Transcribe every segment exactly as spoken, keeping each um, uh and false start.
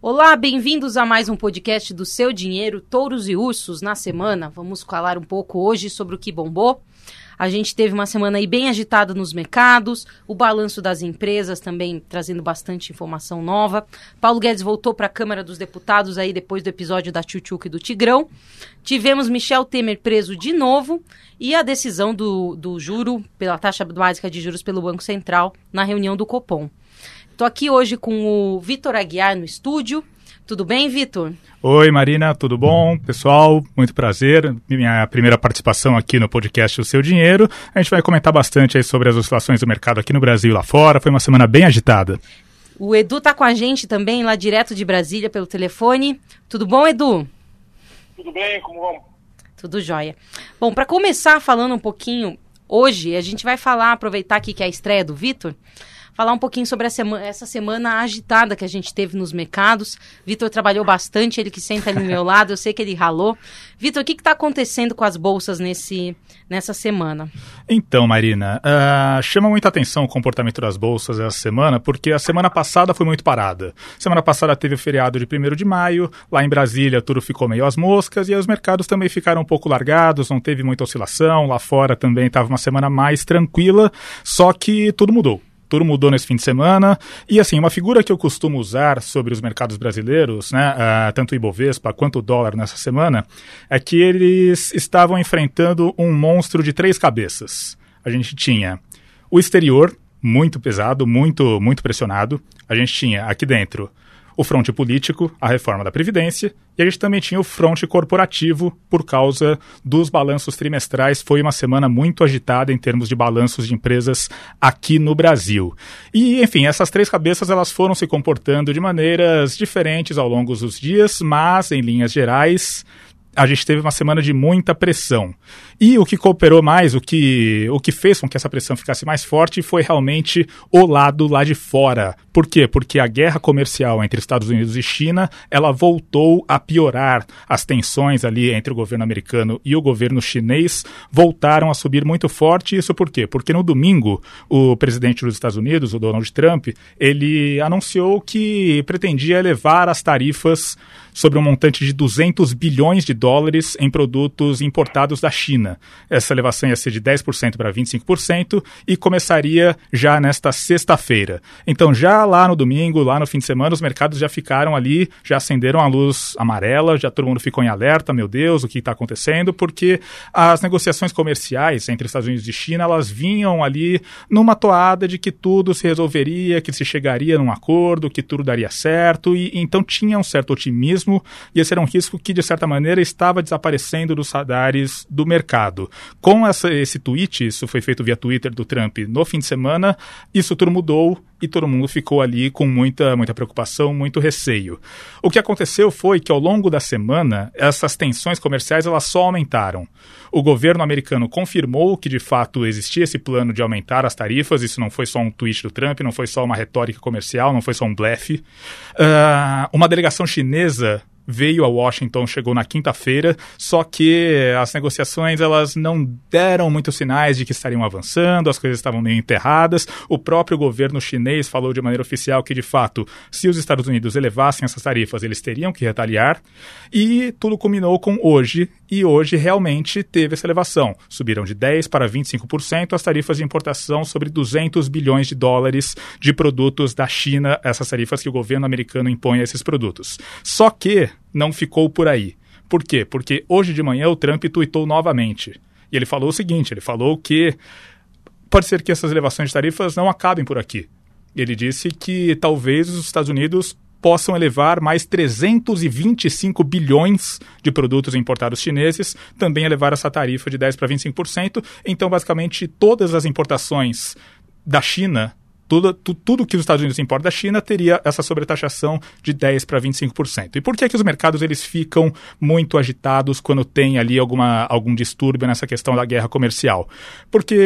Olá, bem-vindos a mais um podcast do Seu Dinheiro, Touros e Ursos na semana. Vamos falar um pouco hoje sobre o que bombou. A gente teve uma semana aí bem agitada nos mercados, o balanço das empresas também trazendo bastante informação nova. Paulo Guedes voltou para a Câmara dos Deputados aí depois do episódio da Tchutchuca e do Tigrão. Tivemos Michel Temer preso de novo e a decisão do, do juro pela taxa básica de juros pelo Banco Central na reunião do Copom. Estou aqui hoje com o Vitor Aguiar no estúdio. Tudo bem, Vitor? Oi, Marina, tudo bom? Pessoal, muito prazer. Minha primeira participação aqui no podcast O Seu Dinheiro. A gente vai comentar bastante aí sobre as oscilações do mercado aqui no Brasil e lá fora. Foi uma semana bem agitada. O Edu está com a gente também, lá direto de Brasília, pelo telefone. Tudo bom, Edu? Tudo bem, como vamos? Tudo jóia. Bom, para começar falando um pouquinho, hoje a gente vai falar, aproveitar aqui que é a estreia do Vitor, falar um pouquinho sobre a sema- essa semana agitada que a gente teve nos mercados. Vitor trabalhou bastante, ele que senta ali ao meu lado, eu sei que ele ralou. Vitor, o que está acontecendo com as bolsas nesse, nessa semana? Então, Marina, uh, chama muita atenção o comportamento das bolsas essa semana, porque a semana passada foi muito parada. Semana passada teve o feriado de primeiro de maio, lá em Brasília tudo ficou meio às moscas, e aí os mercados também ficaram um pouco largados, não teve muita oscilação, lá fora também estava uma semana mais tranquila, só que tudo mudou. Tudo mudou nesse fim de semana, e assim, uma figura que eu costumo usar sobre os mercados brasileiros, né, uh, tanto o Ibovespa quanto o dólar nessa semana, é que eles estavam enfrentando um monstro de três cabeças. A gente tinha o exterior, muito pesado, muito, muito pressionado. A gente tinha aqui dentro o fronte político, a reforma da Previdência, e a gente também tinha o fronte corporativo por causa dos balanços trimestrais. Foi uma semana muito agitada em termos de balanços de empresas aqui no Brasil. E, enfim, essas três cabeças elas foram se comportando de maneiras diferentes ao longo dos dias, mas, em linhas gerais, a gente teve uma semana de muita pressão. E o que cooperou mais, o que, o que fez com que essa pressão ficasse mais forte foi realmente o lado lá de fora. Por quê? Porque a guerra comercial entre Estados Unidos e China, ela voltou a piorar. As tensões ali entre o governo americano e o governo chinês voltaram a subir muito forte. Isso por quê? Porque no domingo, o presidente dos Estados Unidos, o Donald Trump, ele anunciou que pretendia elevar as tarifas sobre um montante de duzentos bilhões de dólares em produtos importados da China. Essa elevação ia ser de dez por cento para vinte e cinco por cento e começaria já nesta sexta-feira. Então, já lá no domingo, lá no fim de semana, os mercados já ficaram ali, já acenderam a luz amarela, já todo mundo ficou em alerta, meu Deus, o que está acontecendo? Porque as negociações comerciais entre Estados Unidos e China, elas vinham ali numa toada de que tudo se resolveria, que se chegaria num acordo, que tudo daria certo, e então tinha um certo otimismo, e esse era um risco que, de certa maneira, estava desaparecendo dos radares do mercado. Com essa, esse tweet, isso foi feito via Twitter do Trump no fim de semana, isso tudo mudou e todo mundo ficou ali com muita, muita preocupação, muito receio. O que aconteceu foi que, ao longo da semana, essas tensões comerciais elas só aumentaram. O governo americano confirmou que, de fato, existia esse plano de aumentar as tarifas. Isso não foi só um tweet do Trump, não foi só uma retórica comercial, não foi só um blefe. Uh, uma delegação chinesa veio a Washington, chegou na quinta-feira, só que as negociações elas não deram muitos sinais de que estariam avançando, as coisas estavam meio enterradas. O próprio governo chinês falou de maneira oficial que, de fato, se os Estados Unidos elevassem essas tarifas, eles teriam que retaliar, e tudo culminou com hoje, e hoje realmente teve essa elevação. Subiram de dez por cento para vinte e cinco por cento as tarifas de importação sobre duzentos bilhões de dólares de produtos da China, essas tarifas que o governo americano impõe a esses produtos. Só que não ficou por aí. Por quê? Porque hoje de manhã o Trump tuitou novamente. E ele falou o seguinte, ele falou que pode ser que essas elevações de tarifas não acabem por aqui. Ele disse que talvez os Estados Unidos possam elevar mais trezentos e vinte e cinco bilhões de produtos importados chineses, também elevar essa tarifa de dez por cento para vinte e cinco por cento. Então, basicamente, todas as importações da China, Tudo, tu, tudo que os Estados Unidos importam da China teria essa sobretaxação de dez por cento para vinte e cinco por cento. E por que, que os mercados eles ficam muito agitados quando tem ali alguma, algum distúrbio nessa questão da guerra comercial? Porque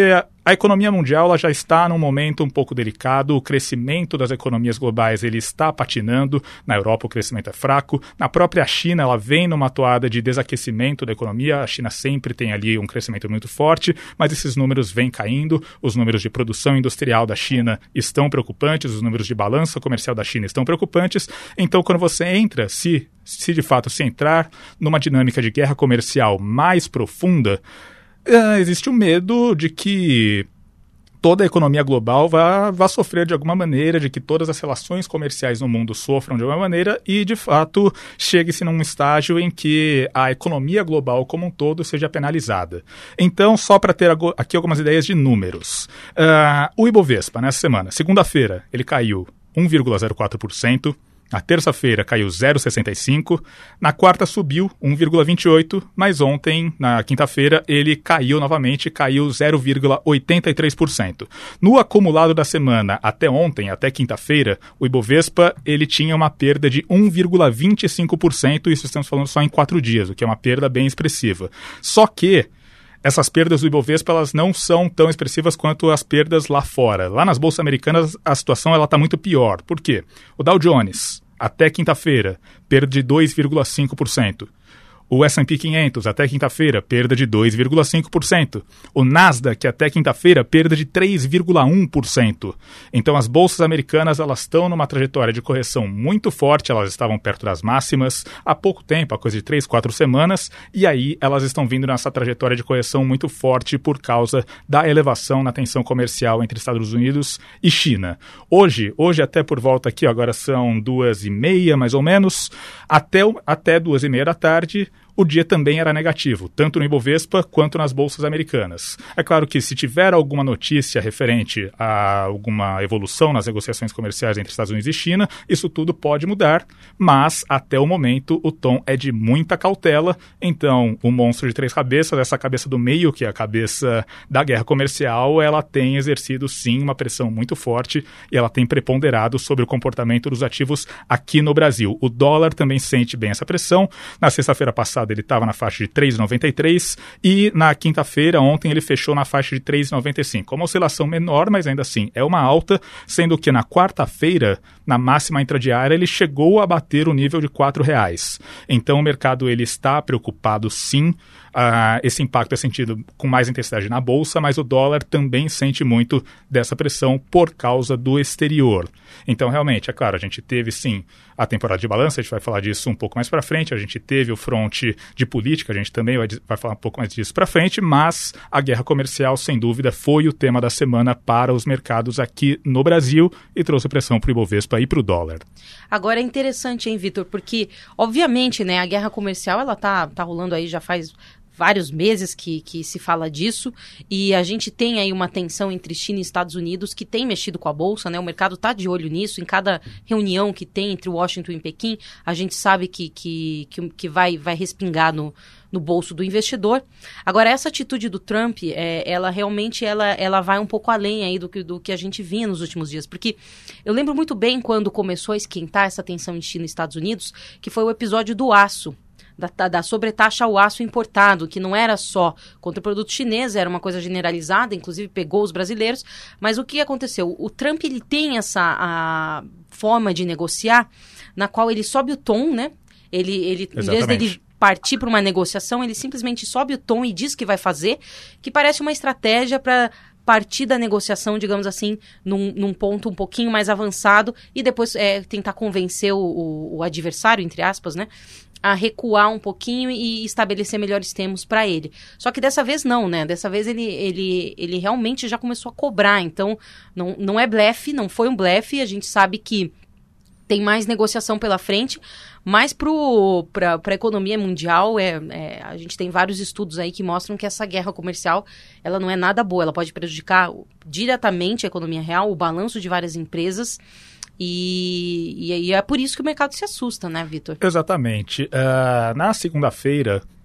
A economia mundial ela já está num momento um pouco delicado, o crescimento das economias globais ele está patinando, na Europa o crescimento é fraco, na própria China ela vem numa toada de desaquecimento da economia, a China sempre tem ali um crescimento muito forte, mas esses números vêm caindo, os números de produção industrial da China estão preocupantes, os números de balança comercial da China estão preocupantes, então quando você entra, se, se de fato se entrar numa dinâmica de guerra comercial mais profunda, uh, existe o medo de que toda a economia global vá, vá sofrer de alguma maneira, de que todas as relações comerciais no mundo sofram de alguma maneira e, de fato, chegue-se num estágio em que a economia global como um todo seja penalizada. Então, só para ter aqui algumas ideias de números. Uh, o Ibovespa, nessa semana, segunda-feira, ele caiu um vírgula zero quatro por cento. Na terça-feira caiu zero vírgula sessenta e cinco por cento, na quarta subiu um vírgula vinte e oito por cento, mas ontem, na quinta-feira, ele caiu novamente, caiu zero vírgula oitenta e três por cento. No acumulado da semana até ontem, até quinta-feira, o Ibovespa ele tinha uma perda de um vírgula vinte e cinco por cento, isso estamos falando só em quatro dias, o que é uma perda bem expressiva. Só que essas perdas do Ibovespa elas não são tão expressivas quanto as perdas lá fora. Lá nas bolsas americanas a situação está muito pior. Por quê? O Dow Jones, até quinta-feira, perda de dois vírgula cinco por cento. O S and P quinhentos, até quinta-feira, perda de dois vírgula cinco por cento. O Nasdaq, até quinta-feira, perda de três vírgula um por cento. Então, as bolsas americanas elas estão numa trajetória de correção muito forte, elas estavam perto das máximas há pouco tempo, há coisa de três, quatro semanas, e aí elas estão vindo nessa trajetória de correção muito forte por causa da elevação na tensão comercial entre Estados Unidos e China. Hoje, hoje até por volta aqui, agora são duas e meia mais ou menos, até, até duas e meia da tarde, o dia também era negativo, tanto no Ibovespa quanto nas bolsas americanas. É claro que se tiver alguma notícia referente a alguma evolução nas negociações comerciais entre Estados Unidos e China, isso tudo pode mudar, mas até o momento o tom é de muita cautela, então o monstro de três cabeças, essa cabeça do meio, que é a cabeça da guerra comercial, ela tem exercido sim uma pressão muito forte e ela tem preponderado sobre o comportamento dos ativos aqui no Brasil. O dólar também sente bem essa pressão. Na sexta-feira passada ele estava na faixa de três vírgula noventa e três e na quinta-feira, ontem, ele fechou na faixa de três vírgula noventa e cinco. Uma oscilação menor, mas ainda assim é uma alta, sendo que na quarta-feira, na máxima intradiária, ele chegou a bater o nível de quatro reais. Então o mercado ele está preocupado sim. Uh, esse impacto é sentido com mais intensidade na bolsa, mas o dólar também sente muito dessa pressão por causa do exterior. Então, realmente, é claro, a gente teve sim a temporada de balança, a gente vai falar disso um pouco mais para frente, a gente teve o fronte de política, a gente também vai, vai falar um pouco mais disso para frente, mas a guerra comercial, sem dúvida, foi o tema da semana para os mercados aqui no Brasil e trouxe pressão para o Ibovespa e para o dólar. Agora é interessante, hein, Vitor, porque, obviamente, né, a guerra comercial, ela tá, tá rolando aí já faz vários meses que, que se fala disso, e a gente tem aí uma tensão entre China e Estados Unidos que tem mexido com a Bolsa, né? O mercado está de olho nisso, em cada reunião que tem entre Washington e Pequim, a gente sabe que, que, que, que vai, vai respingar no, no bolso do investidor. Agora, essa atitude do Trump, é, ela realmente ela, ela vai um pouco além aí do que, do que a gente vinha nos últimos dias, porque eu lembro muito bem quando começou a esquentar essa tensão em China e Estados Unidos, que foi o episódio do aço. Da, da sobretaxa ao aço importado, que não era só contra o produto chinês, era uma coisa generalizada, inclusive pegou os brasileiros, mas o que aconteceu? O Trump ele tem essa a forma de negociar, na qual ele sobe o tom, né? Ele, ele em vez dele partir para uma negociação, ele simplesmente sobe o tom e diz que vai fazer, que parece uma estratégia para partir da negociação, digamos assim, num, num ponto um pouquinho mais avançado e depois é, tentar convencer o, o, o adversário, entre aspas, né? A recuar um pouquinho e estabelecer melhores termos para ele. Só que dessa vez não, né? Dessa vez ele, ele, ele realmente já começou a cobrar. Então, não, não é blefe, não foi um blefe. A gente sabe que tem mais negociação pela frente, mas para a economia mundial, é, é, a gente tem vários estudos aí que mostram que essa guerra comercial ela não é nada boa. Ela pode prejudicar diretamente a economia real, o balanço de várias empresas. E, e, e é por isso que o mercado se assusta, né, Vitor? Exatamente. Uh, na segunda-feira,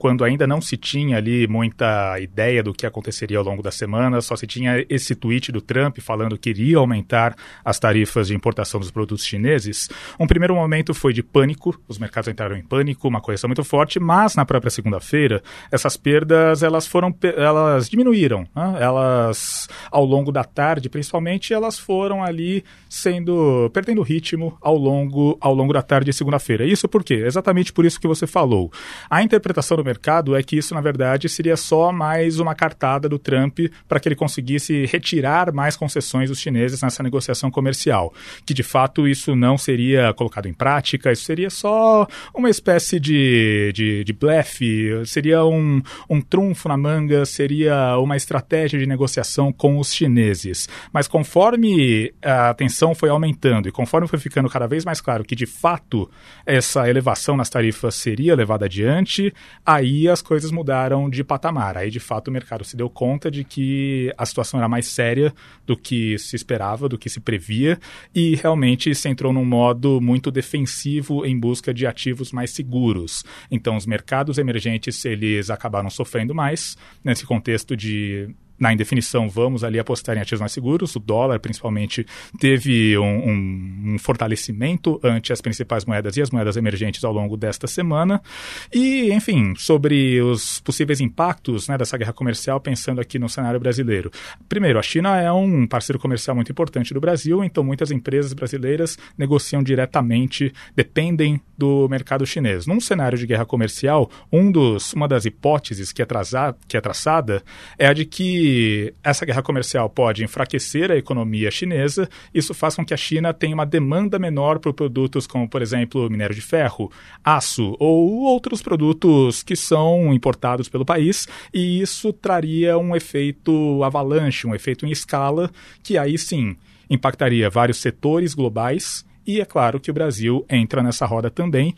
quando ainda não se tinha ali muita ideia do que aconteceria ao longo da semana, só se tinha esse tweet do Trump falando que iria aumentar as tarifas de importação dos produtos chineses, um primeiro momento foi de pânico, os mercados entraram em pânico, uma correção muito forte, mas na própria segunda-feira, essas perdas, elas foram, elas diminuíram, né? Elas, ao longo da tarde, principalmente, elas foram ali sendo, perdendo ritmo ao longo, ao longo da tarde de segunda-feira. Isso por quê? Exatamente por isso que você falou. A interpretação do mercado é que isso, na verdade, seria só mais uma cartada do Trump para que ele conseguisse retirar mais concessões dos chineses nessa negociação comercial. Que, de fato, isso não seria colocado em prática, isso seria só uma espécie de, de, de blefe, seria um, um trunfo na manga, seria uma estratégia de negociação com os chineses. Mas conforme a tensão foi aumentando e conforme foi ficando cada vez mais claro que, de fato, essa elevação nas tarifas seria levada adiante, aí as coisas mudaram de patamar. Aí, de fato, o mercado se deu conta de que a situação era mais séria do que se esperava, do que se previa, e realmente se entrou num modo muito defensivo em busca de ativos mais seguros. Então, os mercados emergentes, eles acabaram sofrendo mais nesse contexto de... Na indefinição, vamos ali apostar em ativos mais seguros. O dólar, principalmente, teve um, um, um fortalecimento ante as principais moedas e as moedas emergentes ao longo desta semana. E, enfim, sobre os possíveis impactos, né, dessa guerra comercial, pensando aqui no cenário brasileiro. Primeiro, a China é um parceiro comercial muito importante do Brasil, então muitas empresas brasileiras negociam diretamente, dependem do mercado chinês. Num cenário de guerra comercial, um dos, uma das hipóteses que é, traza, que é traçada é a de que essa guerra comercial pode enfraquecer a economia chinesa, isso faz com que a China tenha uma demanda menor por produtos como, por exemplo, minério de ferro, aço ou outros produtos que são importados pelo país, e isso traria um efeito avalanche, um efeito em escala, que aí sim impactaria vários setores globais. E é claro que o Brasil entra nessa roda também,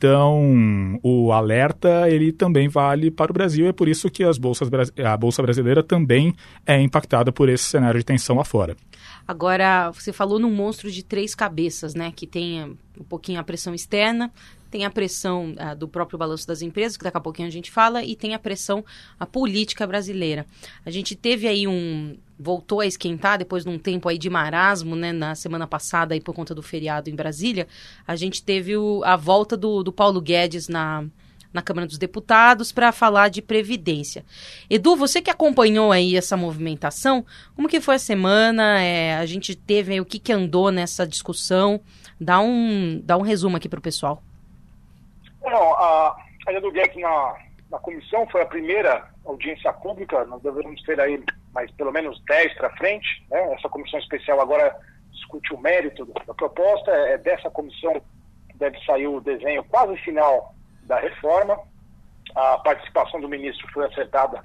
então o alerta ele também vale para o Brasil, é por isso que as bolsas, a Bolsa Brasileira também é impactada por esse cenário de tensão lá fora. Agora, você falou num monstro de três cabeças, né, que tem um pouquinho a pressão externa, tem a pressão uh, do próprio balanço das empresas, que daqui a pouquinho a gente fala, e tem a pressão a política brasileira. A gente teve aí um... voltou a esquentar depois de um tempo aí de marasmo, né, na semana passada aí por conta do feriado em Brasília. A gente teve o, a volta do, do Paulo Guedes na, na Câmara dos Deputados para falar de Previdência. Edu, você que acompanhou aí essa movimentação, como que foi a semana? É, a gente teve aí o que, que andou nessa discussão? Dá um, dá um resumo aqui para o pessoal. Não, a saída do Guedes na, na comissão foi a primeira audiência pública, nós devemos ter aí mais pelo menos dez para frente, né? Essa comissão especial agora discute o mérito da proposta, é dessa comissão que deve sair o desenho quase final da reforma. A participação do ministro foi acertada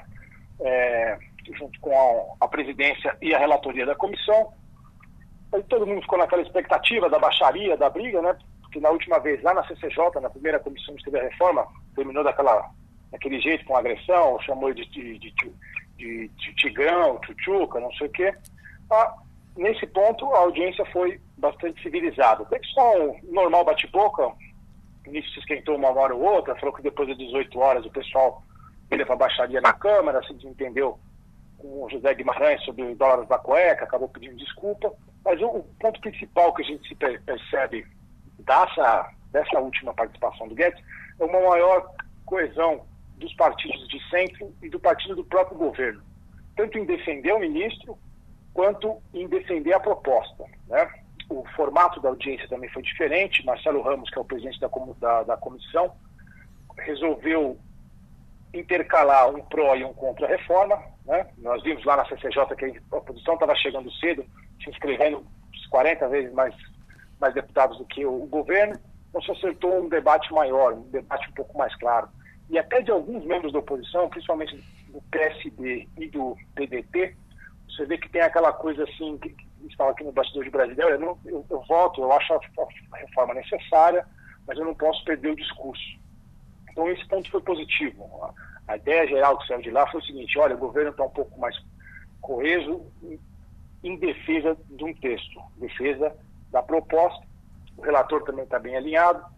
é, junto com a, a presidência e a relatoria da comissão. Aí todo mundo ficou naquela expectativa da baixaria, da briga, né? Porque na última vez, lá na C C J, na primeira comissão que teve a reforma, terminou daquela, daquele jeito, com agressão, chamou de, de, de, de, de tigrão, tchutchuca, não sei o quê. Ah, nesse ponto, a audiência foi bastante civilizada. Teve só um normal bate-boca, o ministro se esquentou uma hora ou outra, falou que depois das dezoito horas o pessoal veio para a baixaria na Câmara, se desentendeu com o José Guimarães sobre os dólares da cueca, acabou pedindo desculpa. Mas o, o ponto principal que a gente se percebe dessa, dessa última participação do Guedes é uma maior coesão dos partidos de centro e do partido do próprio governo, tanto em defender o ministro quanto em defender a proposta, né? O formato da audiência também foi diferente. Marcelo Ramos, que é o presidente da, da, da comissão, resolveu intercalar um pró e um contra a reforma, né? Nós vimos lá na C C J que a oposição estava chegando cedo, se inscrevendo quarenta vezes mais, mais deputados do que o, o governo, então se acertou um debate maior, um debate um pouco mais claro. E até de alguns membros da oposição, principalmente do P S D e do P D T, você vê que tem aquela coisa assim, que, que a gente fala aqui no bastidor de Brasília, eu, não, eu, eu voto, eu acho a, a reforma necessária, mas eu não posso perder o discurso. Então esse ponto foi positivo. A, a ideia geral que saiu de lá foi o seguinte: olha, o governo está um pouco mais coeso em, em defesa de um texto, defesa da proposta. O relator também está bem alinhado.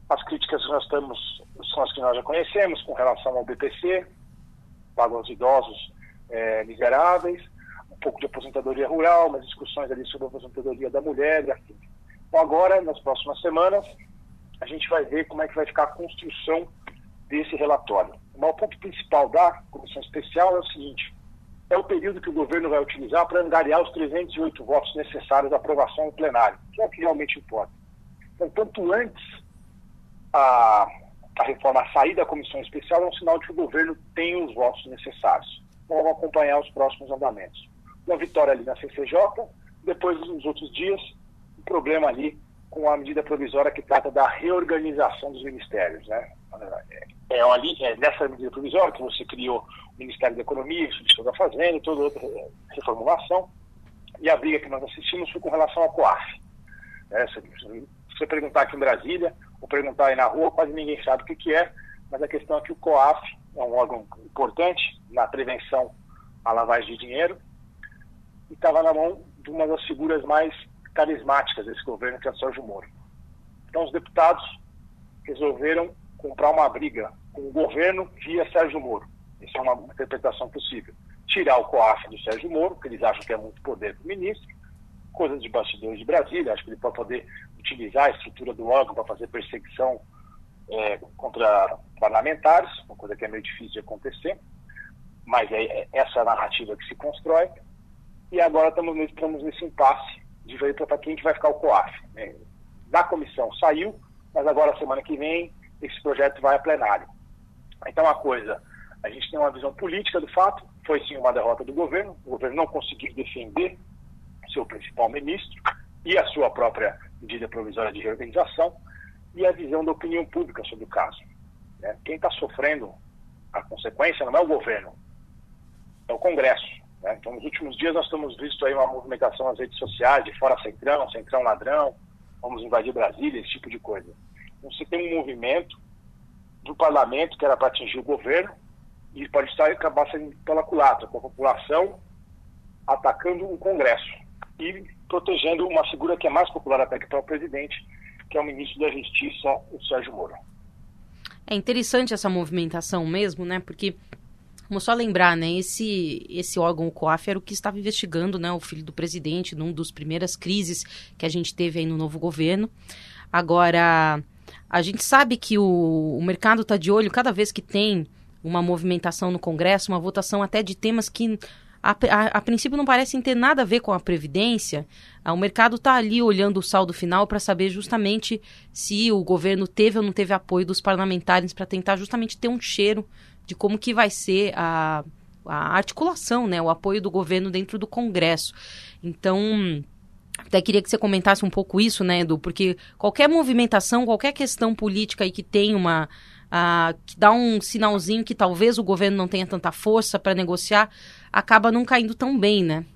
As críticas que nós estamos, são as que nós já conhecemos com relação ao B P C, pago aos idosos é, miseráveis, um pouco de aposentadoria rural, umas discussões ali sobre a aposentadoria da mulher e assim. Então agora, nas próximas semanas, a gente vai ver como é que vai ficar a construção desse relatório. O maior ponto principal da comissão especial é o seguinte: é o período que o governo vai utilizar para angariar os trezentos e oito votos necessários à aprovação no plenário, que é o que realmente importa. Então, quanto antes a, a reforma sair da comissão especial, é um sinal de que o governo tem os votos necessários. Então, vamos acompanhar os próximos andamentos. Uma vitória ali na C C J, depois, nos outros dias, um problema ali com a medida provisória que trata da reorganização dos ministérios, né? É, ali, é nessa medida provisória que você criou o Ministério da Economia, o Ministério da Fazenda, toda outra reformulação, e a briga que nós assistimos foi com relação ao COAF. É, se você perguntar aqui em Brasília, ou perguntar aí na rua, quase ninguém sabe o que, que é, mas a questão é que o COAF é um órgão importante na prevenção à lavagem de dinheiro e estava na mão de uma das figuras mais carismáticas desse governo, que é o Sérgio Moro. Então os deputados resolveram comprar uma briga com o governo via Sérgio Moro. Essa é uma interpretação possível. Tirar o COAF do Sérgio Moro, que eles acham que é muito poder do ministro, coisas de bastidores de Brasília, acho que ele pode poder utilizar a estrutura do órgão para fazer perseguição é, contra parlamentares, uma coisa que é meio difícil de acontecer, mas é, é essa a narrativa que se constrói, e agora estamos, estamos nesse impasse de ver para quem que vai ficar o COAF. Né? Da comissão saiu, mas agora, semana que vem, esse projeto vai a plenário. Então, a coisa, a gente tem uma visão política do fato, foi sim uma derrota do governo, o governo não conseguiu defender seu principal ministro e a sua própria medida provisória de reorganização, e a visão da opinião pública sobre o caso. Né? Quem está sofrendo a consequência não é o governo, é o Congresso. Né? Então, nos últimos dias nós temos visto aí uma movimentação nas redes sociais, de fora Centrão, Centrão ladrão, vamos invadir Brasília, esse tipo de coisa. Então, você tem um movimento do parlamento que era para atingir o governo e pode estar acabar sendo pela culatra, com a população atacando o Congresso e protegendo uma figura que é mais popular até que para o presidente, que é o ministro da Justiça, o Sérgio Moro. É interessante essa movimentação mesmo, né? Porque, vamos só lembrar, né? Esse, esse órgão, o COAF, era o que estava investigando, né, o filho do presidente, numa das primeiras crises que a gente teve aí no novo governo. Agora, a gente sabe que o, o mercado está de olho cada vez que tem uma movimentação no Congresso, uma votação até de temas que a, a, a princípio não parecem ter nada a ver com a Previdência. Ah, o mercado está ali olhando o saldo final para saber justamente se o governo teve ou não teve apoio dos parlamentares, para tentar justamente ter um cheiro de como que vai ser a, a articulação, né, o apoio do governo dentro do Congresso. Então, até queria que você comentasse um pouco isso, né, Edu, porque qualquer movimentação, qualquer questão política aí que tem uma... Uh, que dá um sinalzinho que talvez o governo não tenha tanta força para negociar, acaba não caindo tão bem, né?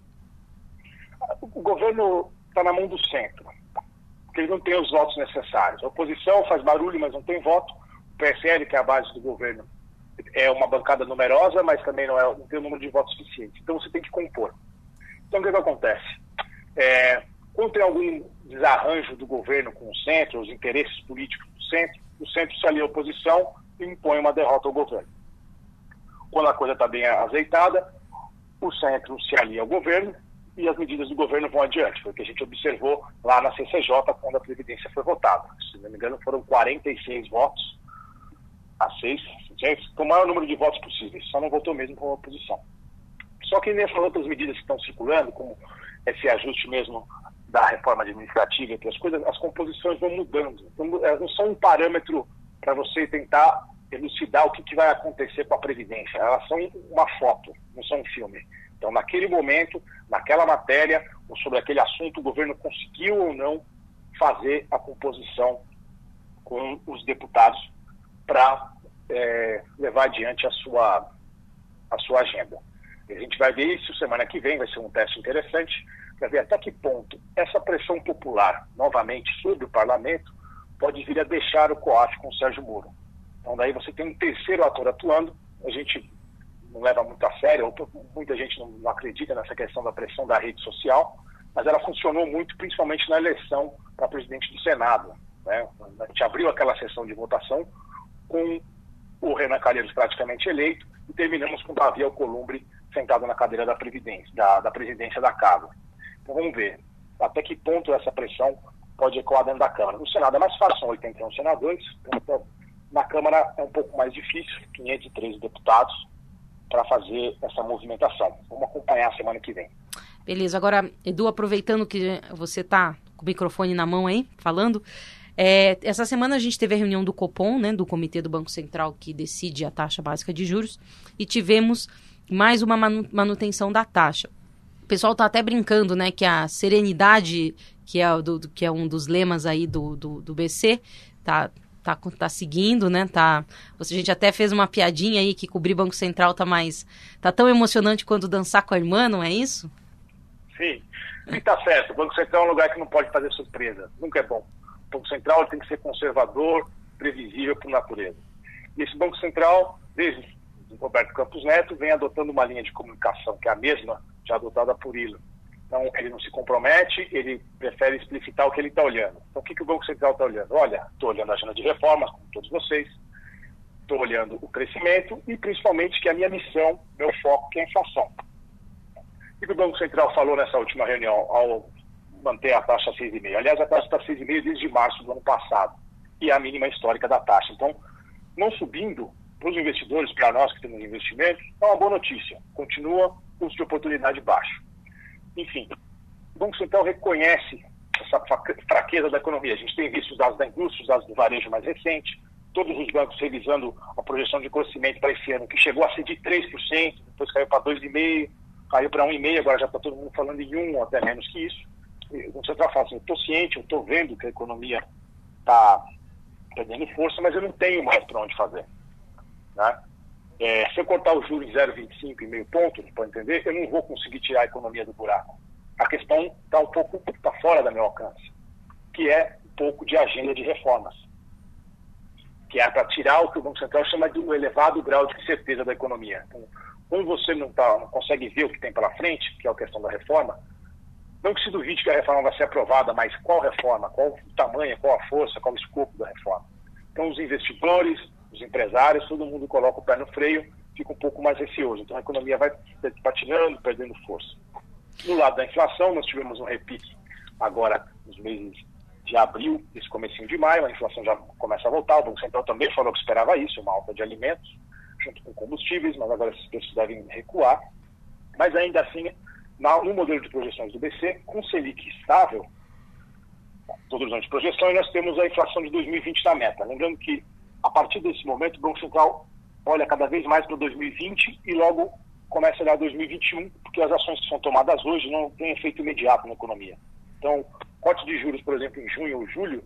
O governo está na mão do centro, porque ele não tem os votos necessários. A oposição faz barulho, mas não tem voto. O P S L, que é a base do governo, é uma bancada numerosa, mas também não, é, não tem o número de votos suficiente. Então você tem que compor. Então o que, que acontece? É, quando tem algum desarranjo do governo com o centro, os interesses políticos do centro, o centro se alia à oposição e impõe uma derrota ao governo. Quando a coisa está bem azeitada, o centro se alia ao governo e as medidas do governo vão adiante. Foi o que a gente observou lá na C C J quando a Previdência foi votada. Se não me engano, foram quarenta e seis votos a seis, com o maior número de votos possíveis. Só não votou mesmo com a oposição. Só que nessas outras medidas que estão circulando, como esse ajuste mesmo da reforma administrativa e outras coisas, as composições vão mudando. Então, elas não são um parâmetro para você tentar elucidar o que, que vai acontecer com a Previdência. Elas são uma foto, não são um filme. Então, naquele momento, naquela matéria, ou sobre aquele assunto, o governo conseguiu ou não fazer a composição com os deputados para é, levar adiante a sua, a sua agenda. E a gente vai ver isso semana que vem, vai ser um teste interessante, para ver até que ponto essa pressão popular, novamente, sobre o parlamento, pode vir a deixar o COAF com o Sérgio Moro. Então, daí você tem um terceiro ator atuando, a gente não leva muito a sério, ou muita gente não, não acredita nessa questão da pressão da rede social, mas ela funcionou muito, principalmente na eleição para presidente do Senado. né? A gente abriu aquela sessão de votação com o Renan Calheiros praticamente eleito e terminamos com o Davi Alcolumbre sentado na cadeira da, previdência, da, da presidência da Casa. Então vamos ver até que ponto essa pressão pode ecoar dentro da Câmara. No Senado é mais fácil, são oitenta e um senadores, então na Câmara é um pouco mais difícil, quinhentos e treze deputados para fazer essa movimentação. Vamos acompanhar a semana que vem. Beleza. Agora, Edu, aproveitando que você está com o microfone na mão aí, falando, é, essa semana a gente teve a reunião do Copom, né, do Comitê do Banco Central, que decide a taxa básica de juros, e tivemos mais uma manu- manutenção da taxa. O pessoal está até brincando, né, que a serenidade, que é, do, que é um dos lemas aí do, do, do B C, tá... Tá, tá seguindo, né? Tá, a gente até fez uma piadinha aí que cobrir Banco Central tá mais... Tá tão emocionante quanto dançar com a irmã, não é isso? Sim, e tá certo. O Banco Central é um lugar que não pode fazer surpresa. Nunca é bom. O Banco Central tem que ser conservador, previsível por natureza. E esse Banco Central, desde o Roberto Campos Neto, vem adotando uma linha de comunicação que é a mesma já adotada por Ilha. Então, ele não se compromete, ele prefere explicitar o que ele está olhando. Então, o que, que o Banco Central está olhando? Olha, estou olhando a agenda de reformas, como todos vocês, estou olhando o crescimento e, principalmente, que a minha missão, meu foco, que é a inflação. O que o Banco Central falou nessa última reunião, ao manter a taxa seis vírgula cinco? Aliás, a taxa está seis vírgula cinco desde março do ano passado, e é a mínima histórica da taxa. Então, não subindo para os investidores, para nós que temos investimentos, é uma boa notícia. Continua custo de oportunidade baixo. Enfim, o Banco Central reconhece essa fraqueza da economia. A gente tem visto os dados da indústria, os dados do varejo mais recente, todos os bancos revisando a projeção de crescimento para esse ano, que chegou a ser de três por cento, depois caiu para dois vírgula cinco por cento, caiu para um vírgula cinco por cento, agora já está todo mundo falando em um, ou até menos que isso. E o Banco Central fala assim, eu estou ciente, eu estou vendo que a economia está perdendo força, mas eu não tenho mais para onde fazer. Né? É, se eu cortar o juro em zero vírgula vinte e cinco e meio ponto, para entender, eu não vou conseguir tirar a economia do buraco. A questão está um pouco tá fora da meu alcance, que é um pouco de agenda de reformas, que é para tirar o que o Banco Central chama de um elevado grau de certeza da economia. Então, como você não, tá, não consegue ver o que tem pela frente, que é a questão da reforma, não que se duvide que a reforma vai ser aprovada, mas qual reforma, qual o tamanho, qual a força, qual o escopo da reforma. Então, os investidores, os empresários, todo mundo coloca o pé no freio, fica um pouco mais receoso. Então a economia vai patinando, perdendo força. No lado da inflação, nós tivemos um repique agora nos meses de abril, esse comecinho de maio, a inflação já começa a voltar, o Banco Central também falou que esperava isso, uma alta de alimentos, junto com combustíveis, mas agora esses preços devem recuar. Mas ainda assim, no modelo de projeções do B C, com Selic estável, todos os anos de projeção, e nós temos a inflação de dois mil e vinte na meta. Lembrando que a partir desse momento, o Banco Central olha cada vez mais para dois mil e vinte e logo começa a olhar dois mil e vinte e um, porque as ações que são tomadas hoje não têm efeito imediato na economia. Então, corte de juros, por exemplo, em junho ou julho,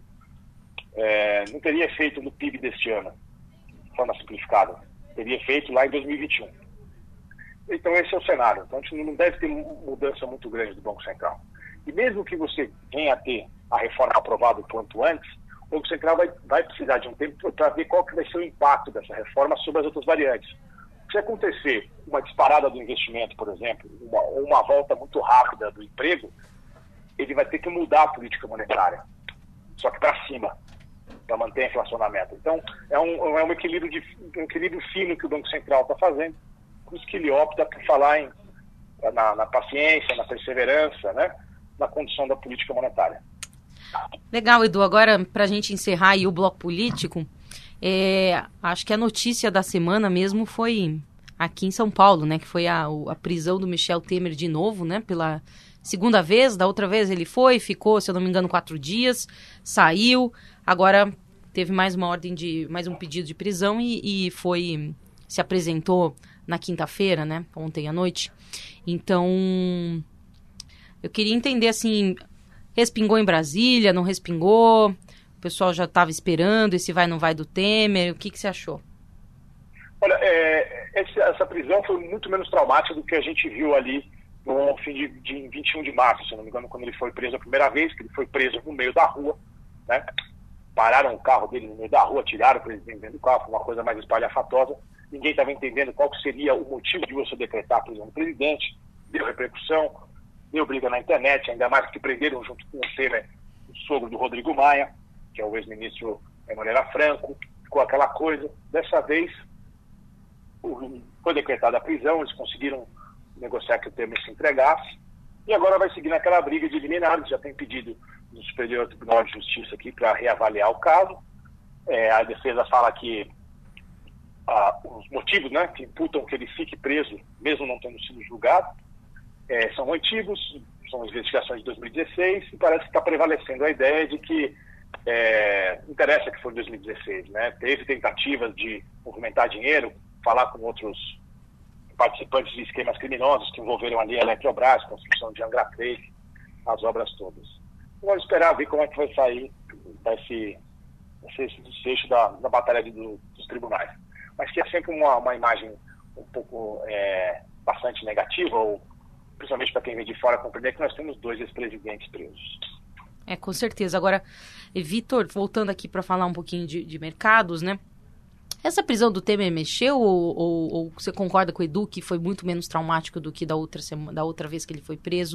é, não teria efeito no P I B deste ano, de forma simplificada. Teria efeito lá em dois mil e vinte e um. Então, esse é o cenário. Então, a gente não deve ter mudança muito grande do Banco Central. E mesmo que você venha a ter a reforma aprovada o quanto antes, o Banco Central vai, vai precisar de um tempo para ver qual que vai ser o impacto dessa reforma sobre as outras variantes. Se acontecer uma disparada do investimento, por exemplo, uma, uma volta muito rápida do emprego, ele vai ter que mudar a política monetária, só que para cima, para manter a inflação na meta. Então, é um, é um, equilíbrio, de, um equilíbrio fino que o Banco Central está fazendo, por isso que ele opta por falar em, na, na paciência, na perseverança, né, na condução da política monetária. Legal, Edu. Agora, para a gente encerrar aí o bloco político, é, acho que a notícia da semana mesmo foi aqui em São Paulo, né? Que foi a, a prisão do Michel Temer de novo, né? Pela segunda vez. Da outra vez ele foi, ficou, se eu não me engano, quatro dias, saiu. Agora teve mais uma ordem de, mais um pedido de prisão e, e foi, se apresentou na quinta-feira, né? Ontem à noite. Então, eu queria entender, assim... Respingou em Brasília, não respingou? O pessoal já estava esperando esse vai não vai do Temer. O que, que você achou? Olha, é, esse, essa prisão foi muito menos traumática do que a gente viu ali no fim de, de vinte e um de março, se não me engano, quando ele foi preso a primeira vez, que ele foi preso no meio da rua, né? Pararam o carro dele no meio da rua, tiraram o presidente dentro do carro, foi uma coisa mais espalhafatosa. Ninguém estava entendendo qual seria o motivo de você decretar a prisão do presidente. Deu repercussão. Deu briga na internet, ainda mais que prenderam junto com o Temer, o sogro do Rodrigo Maia. que é o ex-ministro Moreira Franco, ficou aquela coisa. Dessa vez, foi decretada a prisão, eles conseguiram negociar que o Temer se entregasse, e agora vai seguir naquela briga de liminar. Eles já têm pedido no Superior Tribunal de Justiça aqui para reavaliar o caso. É, a defesa fala que ah, os motivos, né, que imputam que ele fique preso, mesmo não tendo sido julgado, é, são antigos, são investigações de dois mil e dezesseis, e parece que está prevalecendo a ideia de que é, interessa que foi em dois mil e dezesseis, né? Teve tentativas de movimentar dinheiro, falar com outros participantes de esquemas criminosos que envolveram ali a Eletrobras, construção de Angra três, as obras todas. Vamos esperar ver como é que vai sair esse, esse desfecho da, da batalha de, do, dos tribunais. Mas que é sempre uma, uma imagem um pouco é, bastante negativa, ou principalmente para quem vem de fora compreender que nós temos dois ex-presidentes presos. É, com certeza. Agora, Vitor, voltando aqui para falar um pouquinho de, de mercados, né? Essa prisão do Temer mexeu ou, ou, ou você concorda com o Edu que foi muito menos traumático do que da outra, semana, da outra vez que ele foi preso,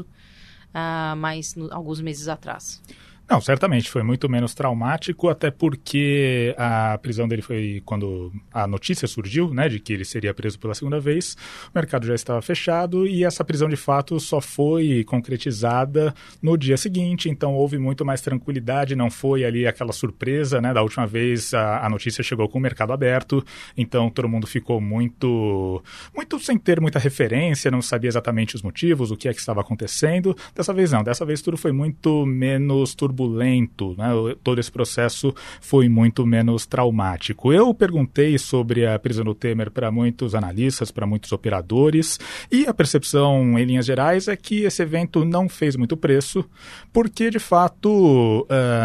uh, mas no, alguns meses atrás? Não, certamente foi muito menos traumático, até porque a prisão dele foi quando a notícia surgiu, né, de que ele seria preso pela segunda vez, o mercado já estava fechado e essa prisão de fato só foi concretizada no dia seguinte, então houve muito mais tranquilidade, não foi ali aquela surpresa, né, da última vez a, a notícia chegou com o mercado aberto, então todo mundo ficou muito, muito sem ter muita referência, não sabia exatamente os motivos, o que é que estava acontecendo. Dessa vez não, dessa vez tudo foi muito menos turbulento. turbulento, né? Todo esse processo foi muito menos traumático. Eu perguntei sobre a prisão do Temer para muitos analistas, para muitos operadores, e a percepção, em linhas gerais, é que esse evento não fez muito preço, porque, de fato,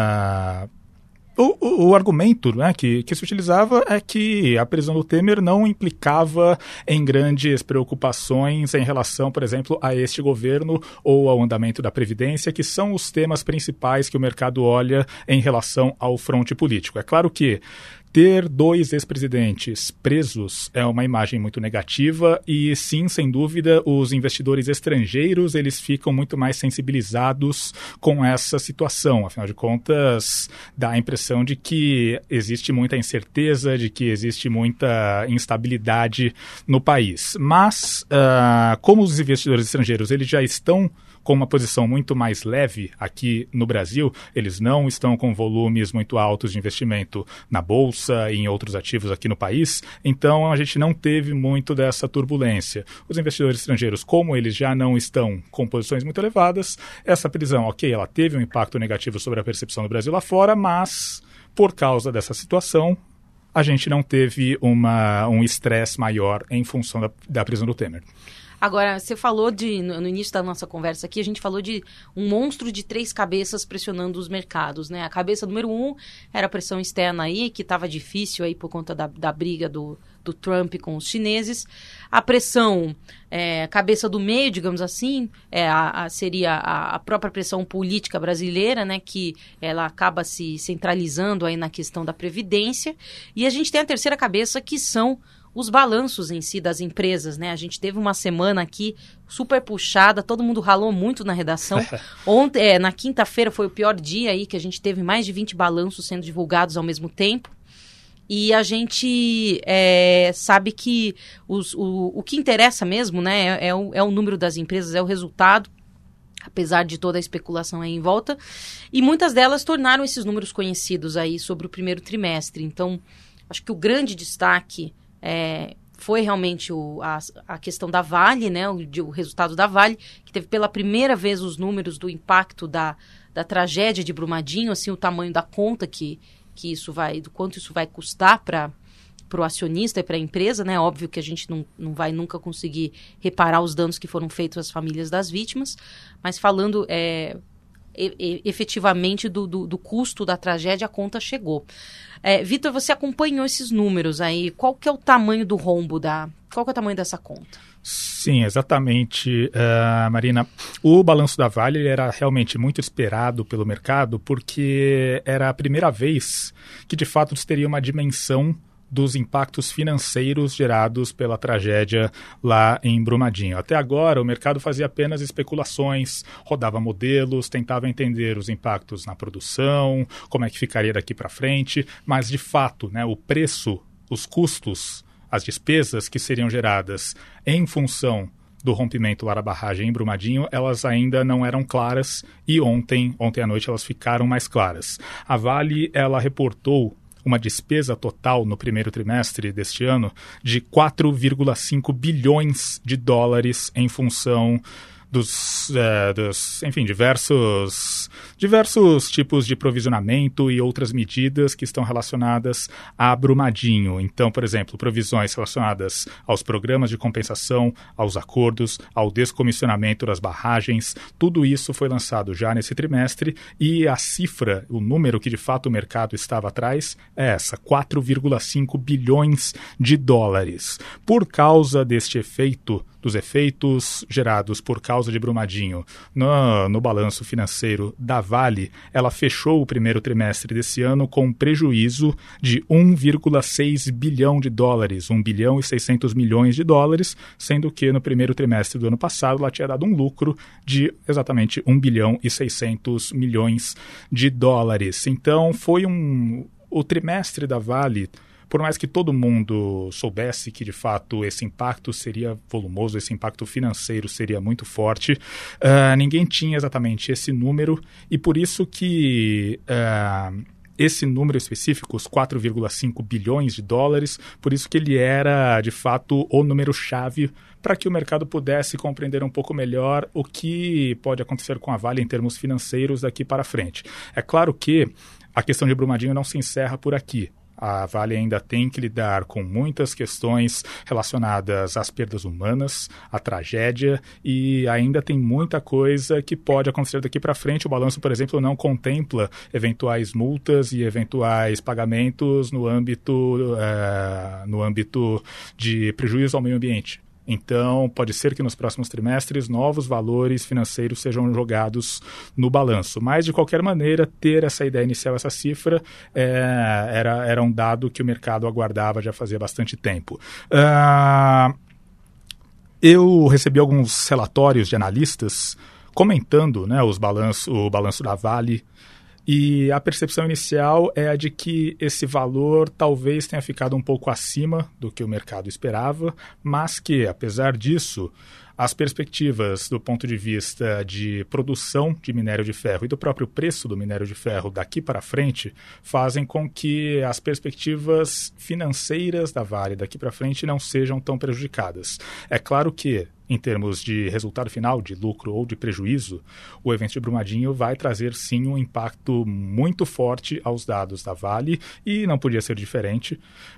uh, O, o, o argumento, né, que, que se utilizava é que a prisão do Temer não implicava em grandes preocupações em relação, por exemplo, a este governo ou ao andamento da Previdência, que são os temas principais que o mercado olha em relação ao fronte político. É claro que ter dois ex-presidentes presos é uma imagem muito negativa e, sim, sem dúvida, os investidores estrangeiros eles ficam muito mais sensibilizados com essa situação. Afinal de contas, dá a impressão de que existe muita incerteza, de que existe muita instabilidade no país. Mas, uh, como os investidores estrangeiros eles já estão com uma posição muito mais leve aqui no Brasil, eles não estão com volumes muito altos de investimento na Bolsa e em outros ativos aqui no país, então a gente não teve muito dessa turbulência. Os investidores estrangeiros, como eles já não estão com posições muito elevadas, essa prisão, ok, ela teve um impacto negativo sobre a percepção do Brasil lá fora, mas por causa dessa situação, a gente não teve uma, um estresse maior em função da, da prisão do Temer. Agora, você falou de, no, no início da nossa conversa aqui, a gente falou de um monstro de três cabeças pressionando os mercados, né? A cabeça número um era a pressão externa aí, que estava difícil aí por conta da, da briga do, do Trump com os chineses. A pressão, é, cabeça do meio, digamos assim, é, a, a, seria a, a própria pressão política brasileira, né? Que ela acaba se centralizando aí na questão da Previdência. E a gente tem a terceira cabeça, que são os balanços em si das empresas, né? A gente teve uma semana aqui super puxada, todo mundo ralou muito na redação. Ontem, é, na quinta-feira foi o pior dia aí, que a gente teve mais de vinte balanços sendo divulgados ao mesmo tempo. E a gente é, sabe que os, o, o que interessa mesmo, né, é, é, o, é o número das empresas, é o resultado, apesar de toda a especulação aí em volta. E muitas delas tornaram esses números conhecidos aí sobre o primeiro trimestre. Então, acho que o grande destaque É, foi realmente o, a, a questão da Vale, né, o, o resultado da Vale, que teve pela primeira vez os números do impacto da, da tragédia de Brumadinho, assim, o tamanho da conta que, que isso vai, do quanto isso vai custar para o acionista e para a empresa, né? Óbvio que a gente não, não vai nunca conseguir reparar os danos que foram feitos às famílias das vítimas, mas falando é, e, e, efetivamente do, do, do custo da tragédia, a conta chegou. É, Vitor, você acompanhou esses números aí. Qual que é o tamanho do rombo da... Qual que é o tamanho dessa conta? Sim, exatamente, uh, Marina. O balanço da Vale era realmente muito esperado pelo mercado porque era a primeira vez que, de fato, teria uma dimensão dos impactos financeiros gerados pela tragédia lá em Brumadinho. Até agora, o mercado fazia apenas especulações, rodava modelos, tentava entender os impactos na produção, como é que ficaria daqui para frente, mas, de fato, né, o preço, os custos, as despesas que seriam geradas em função do rompimento lá da barragem em Brumadinho, elas ainda não eram claras e ontem, ontem à noite, elas ficaram mais claras. A Vale, ela reportou uma despesa total no primeiro trimestre deste ano de quatro vírgula cinco bilhões de dólares em função dos, é, dos enfim, diversos, diversos tipos de provisionamento e outras medidas que estão relacionadas a Brumadinho. Então, por exemplo, provisões relacionadas aos programas de compensação, aos acordos, ao descomissionamento das barragens, tudo isso foi lançado já nesse trimestre e a cifra, o número que de fato o mercado estava atrás é essa, quatro vírgula cinco bilhões de dólares. Por causa deste efeito, dos efeitos gerados por causa de Brumadinho no, no balanço financeiro da Vale, ela fechou o primeiro trimestre desse ano com um prejuízo de um vírgula seis bilhão de dólares, um bilhão e seiscentos milhões de dólares, sendo que no primeiro trimestre do ano passado ela tinha dado um lucro de exatamente um bilhão e seiscentos milhões de dólares. Então foi um... o trimestre da Vale, por mais que todo mundo soubesse que, de fato, esse impacto seria volumoso, esse impacto financeiro seria muito forte, uh, ninguém tinha exatamente esse número e por isso que uh, esse número específico, os quatro vírgula cinco bilhões de dólares, por isso que ele era, de fato, o número-chave para que o mercado pudesse compreender um pouco melhor o que pode acontecer com a Vale em termos financeiros daqui para frente. É claro que a questão de Brumadinho não se encerra por aqui. A Vale ainda tem que lidar com muitas questões relacionadas às perdas humanas, à tragédia, e ainda tem muita coisa que pode acontecer daqui para frente. O balanço, por exemplo, não contempla eventuais multas e eventuais pagamentos no âmbito, uh, no âmbito de prejuízo ao meio ambiente. Então, pode ser que nos próximos trimestres novos valores financeiros sejam jogados no balanço. Mas, de qualquer maneira, ter essa ideia inicial, essa cifra, é, era, era um dado que o mercado aguardava já fazia bastante tempo. Uh, eu recebi alguns relatórios de analistas comentando, né, os balanço, o balanço da Vale. E a percepção inicial é a de que esse valor talvez tenha ficado um pouco acima do que o mercado esperava, mas que, apesar disso, as perspectivas do ponto de vista de produção de minério de ferro e do próprio preço do minério de ferro daqui para frente fazem com que as perspectivas financeiras da Vale daqui para frente não sejam tão prejudicadas. É claro que, em termos de resultado final, de lucro ou de prejuízo, o evento de Brumadinho vai trazer sim um impacto muito forte aos dados da Vale e não podia ser diferente,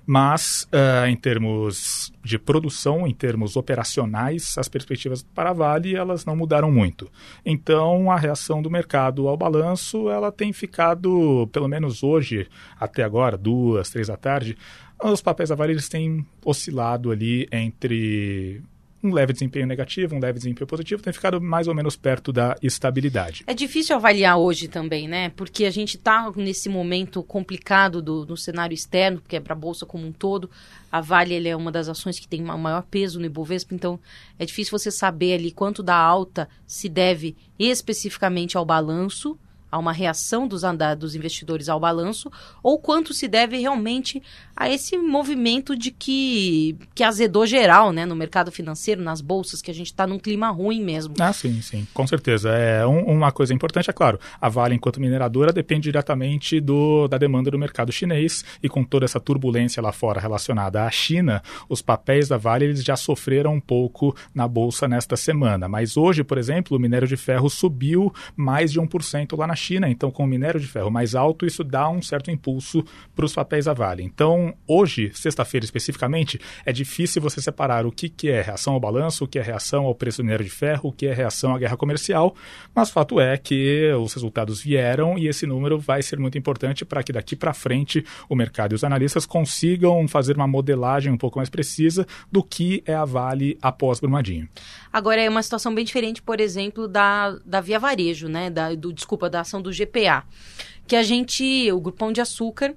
mas uh, em termos de produção, em termos operacionais, as perspectivas para a Vale elas não mudaram muito. Então a reação do mercado ao balanço ela tem ficado, pelo menos hoje, até agora, duas, três da tarde, os papéis da Vale eles têm oscilado ali entre um leve desempenho negativo, um leve desempenho positivo, tem ficado mais ou menos perto da estabilidade. É difícil avaliar hoje também, né? Porque a gente está nesse momento complicado do, do cenário externo, que é para a Bolsa como um todo. A Vale ele é uma das ações que tem o maior peso no Ibovespa, então é difícil você saber ali quanto da alta se deve especificamente ao balanço, a uma reação dos, dos investidores ao balanço, ou quanto se deve realmente a esse movimento de que, que azedou geral, né, no mercado financeiro, nas bolsas, que a gente está num clima ruim mesmo. Ah, sim, sim, com certeza. É, um, uma coisa importante, é claro, a Vale, enquanto mineradora, depende diretamente do, da demanda do mercado chinês, e com toda essa turbulência lá fora relacionada à China, os papéis da Vale eles já sofreram um pouco na bolsa nesta semana. Mas hoje, por exemplo, o minério de ferro subiu mais de um por cento lá na China, então com o minério de ferro mais alto, isso dá um certo impulso para os papéis da Vale. Então, hoje, sexta-feira especificamente, é difícil você separar o que, que é reação ao balanço, o que é reação ao preço do minério de ferro, o que é reação à guerra comercial, mas o fato é que os resultados vieram e esse número vai ser muito importante para que daqui para frente o mercado e os analistas consigam fazer uma modelagem um pouco mais precisa do que é a Vale após Brumadinho. Agora, é uma situação bem diferente, por exemplo, da, da Via Varejo, né? Da, do, desculpa, da ação do G P A, que a gente, o Grupão de Açúcar,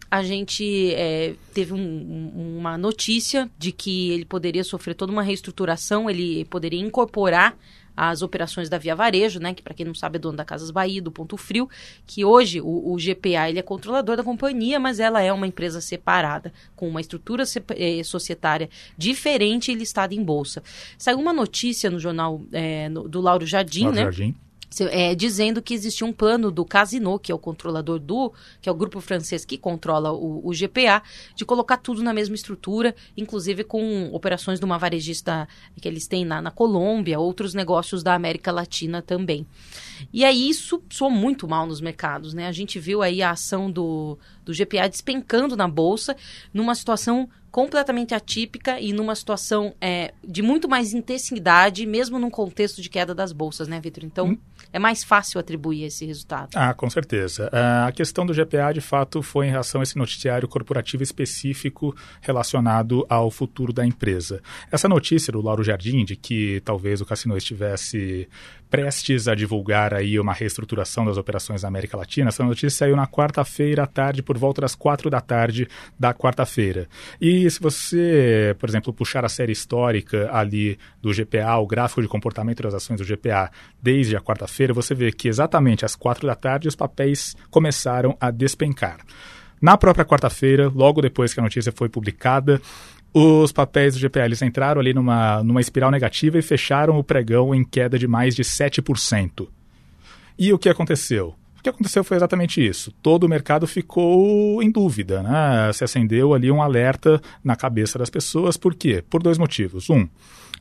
a gente é, teve um, um, uma notícia de que ele poderia sofrer toda uma reestruturação, ele poderia incorporar as operações da Via Varejo, né, que para quem não sabe é dono da Casas Bahia, do Ponto Frio, que hoje o, o G P A ele é controlador da companhia, mas ela é uma empresa separada, com uma estrutura eh, societária diferente e listada em bolsa. Saiu uma notícia no jornal eh, no, do Lauro Jardim, Lauro né? Jardim. É, dizendo que existia um plano do Casino, que é o controlador do, que é o grupo francês que controla o, o G P A, de colocar tudo na mesma estrutura, inclusive com operações de uma varejista que eles têm na, na Colômbia, outros negócios da América Latina também. E aí isso soou muito mal nos mercados, né? A gente viu aí a ação do, do G P A despencando na Bolsa, numa situação completamente atípica e numa situação é, de muito mais intensidade, mesmo num contexto de queda das bolsas, né, Vitor? Então, hum. é mais fácil atribuir esse resultado. Ah, com certeza. Uh, a questão do G P A, de fato, foi em relação a esse noticiário corporativo específico relacionado ao futuro da empresa. Essa notícia do Lauro Jardim, de que talvez o Casino estivesse prestes a divulgar aí uma reestruturação das operações na América Latina, essa notícia saiu na quarta-feira à tarde, por volta das quatro da tarde da quarta-feira. E se você, por exemplo, puxar a série histórica ali do G P A, o gráfico de comportamento das ações do G P A desde a quarta-feira, você vê que exatamente às quatro da tarde os papéis começaram a despencar. Na própria quarta-feira, logo depois que a notícia foi publicada, os papéis do G P A eles entraram ali numa, numa espiral negativa e fecharam o pregão em queda de mais de sete por cento. E o que aconteceu? O que aconteceu foi exatamente isso. Todo o mercado ficou em dúvida, né? Se acendeu ali um alerta na cabeça das pessoas. Por quê? Por dois motivos. Um,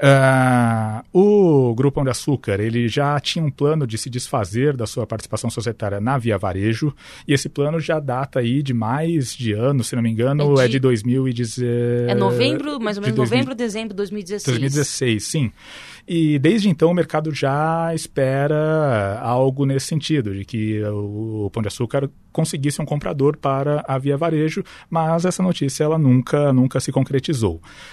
uh, o Grupo Pão de Açúcar ele já tinha um plano de se desfazer da sua participação societária na Via Varejo, e esse plano já data aí de mais de ano, se não me engano, é de, é de dois mil e dezesseis. É novembro, mais ou menos novembro, dezembro de dois mil e dezesseis. dois mil e dezesseis, sim. E desde então o mercado já espera algo nesse sentido, de que o Pão de Açúcar conseguisse um comprador para a Via Varejo, mas essa notícia ela nunca, nunca se concretizou.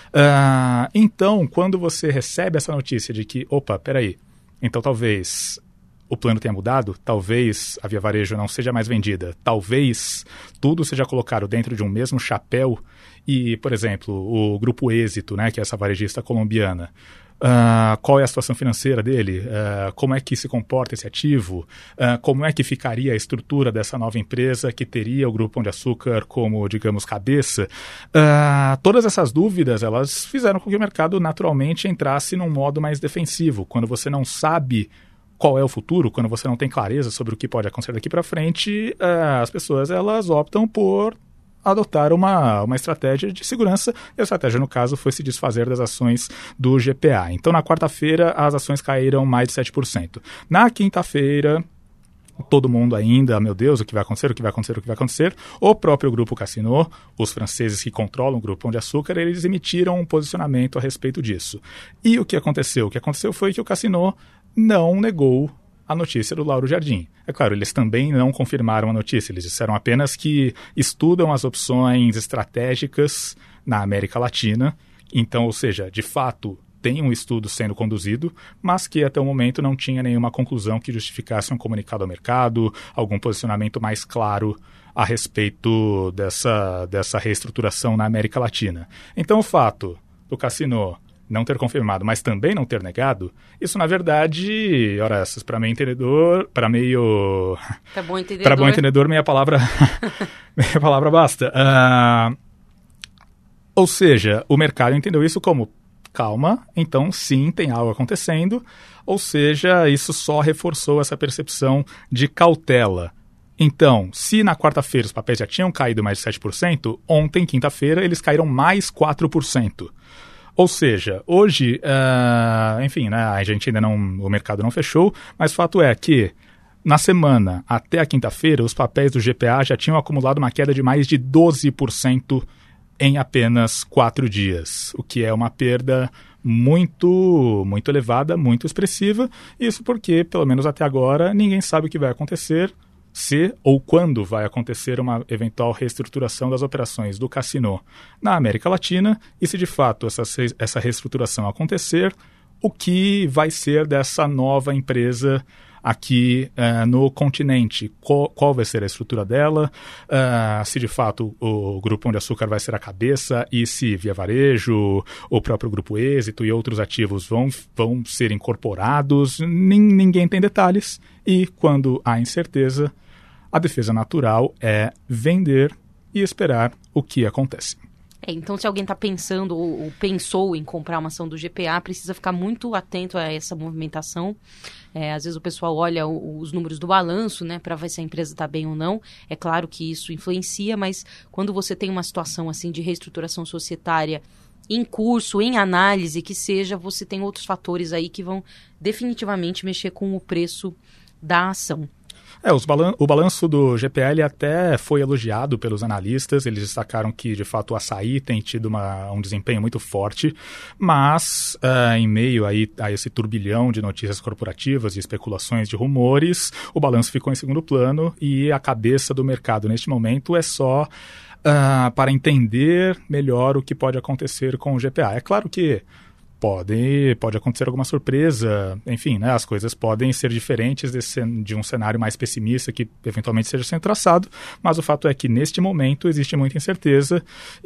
Uh, então, quando você recebe essa notícia de que, opa, peraí, então talvez o plano tenha mudado, talvez a Via Varejo não seja mais vendida, talvez tudo seja colocado dentro de um mesmo chapéu e, por exemplo, o Grupo Êxito, né, que é essa varejista colombiana, Uh, qual é a situação financeira dele, uh, como é que se comporta esse ativo, uh, como é que ficaria a estrutura dessa nova empresa que teria o Grupo Pão de Açúcar como, digamos, cabeça. Uh, todas essas dúvidas, elas fizeram com que o mercado naturalmente entrasse num modo mais defensivo. Quando você não sabe qual é o futuro, quando você não tem clareza sobre o que pode acontecer daqui para frente, uh, as pessoas elas optam por adotar uma, uma estratégia de segurança, e a estratégia, no caso, foi se desfazer das ações do G P A. Então, na quarta-feira, as ações caíram mais de sete por cento. Na quinta-feira, todo mundo ainda, meu Deus, o que vai acontecer, o que vai acontecer, o que vai acontecer. O próprio Grupo Casino, os franceses que controlam o Grupo Pão de Açúcar, eles emitiram um posicionamento a respeito disso. E o que aconteceu? O que aconteceu foi que o Casino não negou a notícia do Lauro Jardim. É claro, eles também não confirmaram a notícia, eles disseram apenas que estudam as opções estratégicas na América Latina, então, ou seja, de fato, tem um estudo sendo conduzido, mas que até o momento não tinha nenhuma conclusão que justificasse um comunicado ao mercado, algum posicionamento mais claro a respeito dessa, dessa reestruturação na América Latina. Então, o fato do Casino não ter confirmado, mas também não ter negado, isso, na verdade, ora essas, para meio entendedor, para meio... Tá bom entendedor. Para bom entendedor, meia palavra, meia palavra basta. Uh, ou seja, o mercado entendeu isso como, calma, então sim, tem algo acontecendo, ou seja, isso só reforçou essa percepção de cautela. Então, se na quarta-feira os papéis já tinham caído mais de sete por cento, ontem, quinta-feira, eles caíram mais quatro por cento. Ou seja, hoje, uh, enfim, né, a gente ainda não, o mercado não fechou, mas o fato é que na semana até a quinta-feira, os papéis do G P A já tinham acumulado uma queda de mais de doze por cento em apenas quatro dias, o que é uma perda muito, muito elevada, muito expressiva. Isso porque, pelo menos até agora, ninguém sabe o que vai acontecer, se ou quando vai acontecer uma eventual reestruturação das operações do Casino na América Latina, e se de fato essa, essa reestruturação acontecer, o que vai ser dessa nova empresa aqui uh, no continente, qual, qual vai ser a estrutura dela, uh, se de fato o Grupo Pão de Açúcar vai ser a cabeça e se Via Varejo, o próprio Grupo Êxito e outros ativos vão, vão ser incorporados, Nin, ninguém tem detalhes e quando há incerteza, a defesa natural é vender e esperar o que acontece. É, então, se alguém está pensando ou, ou pensou em comprar uma ação do G P A, precisa ficar muito atento a essa movimentação. É, às vezes o pessoal olha o, os números do balanço, né, para ver se a empresa está bem ou não. É claro que isso influencia, mas quando você tem uma situação assim de reestruturação societária em curso, em análise, que seja, você tem outros fatores aí que vão definitivamente mexer com o preço da ação. É, os balan- o balanço do G P A ele até foi elogiado pelos analistas, eles destacaram que, de fato, o açaí tem tido uma, um desempenho muito forte, mas, uh, em meio aí, a esse turbilhão de notícias corporativas, de especulações, de rumores, o balanço ficou em segundo plano e a cabeça do mercado, neste momento, é só uh, para entender melhor o que pode acontecer com o G P A. É claro que Pode, pode acontecer alguma surpresa, enfim, né, as coisas podem ser diferentes desse, de um cenário mais pessimista que eventualmente seja sendo traçado, mas o fato é que neste momento existe muita incerteza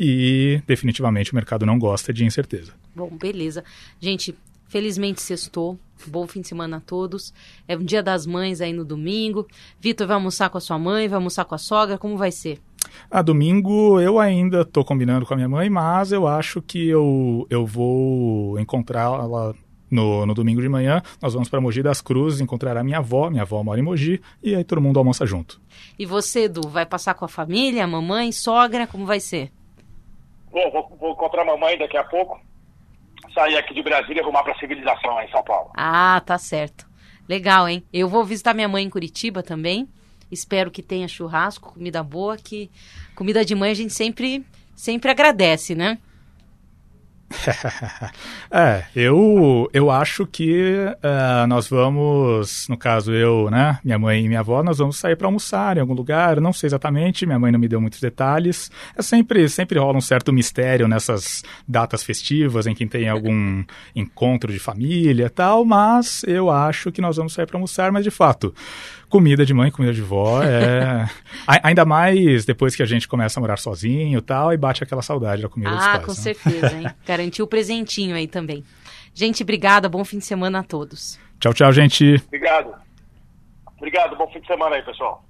e definitivamente o mercado não gosta de incerteza. Bom, beleza. Gente, felizmente sextou, bom fim de semana a todos, é um dia das mães aí no domingo. Vitor, vai almoçar com a sua mãe, vai almoçar com a sogra, como vai ser? A domingo eu ainda estou combinando com a minha mãe, mas eu acho que eu, eu vou encontrá-la no, no domingo de manhã. Nós vamos para Mogi das Cruzes, encontrar a minha avó, minha avó mora em Mogi, e aí todo mundo almoça junto. E você, Edu, vai passar com a família, a mamãe, sogra, como vai ser? Bom, vou, vou encontrar a mamãe daqui a pouco, sair aqui de Brasília e arrumar para a civilização aí em São Paulo. Ah, tá certo. Legal, hein? Eu vou visitar minha mãe em Curitiba também. Espero que tenha churrasco, comida boa, que comida de mãe a gente sempre, sempre agradece, né? É, eu, eu acho que uh, nós vamos, no caso eu, né, minha mãe e minha avó, nós vamos sair para almoçar em algum lugar, não sei exatamente, minha mãe não me deu muitos detalhes. É sempre, sempre rola um certo mistério nessas datas festivas em que tem algum encontro de família e tal, mas eu acho que nós vamos sair para almoçar, mas de fato, comida de mãe, comida de vó, é... ainda mais depois que a gente começa a morar sozinho e tal, e bate aquela saudade da comida ah, dos pais. Ah, com né? certeza, hein? Garantiu o presentinho aí também. Gente, obrigada, bom fim de semana a todos. Tchau, tchau, gente. Obrigado. Obrigado, bom fim de semana aí, pessoal.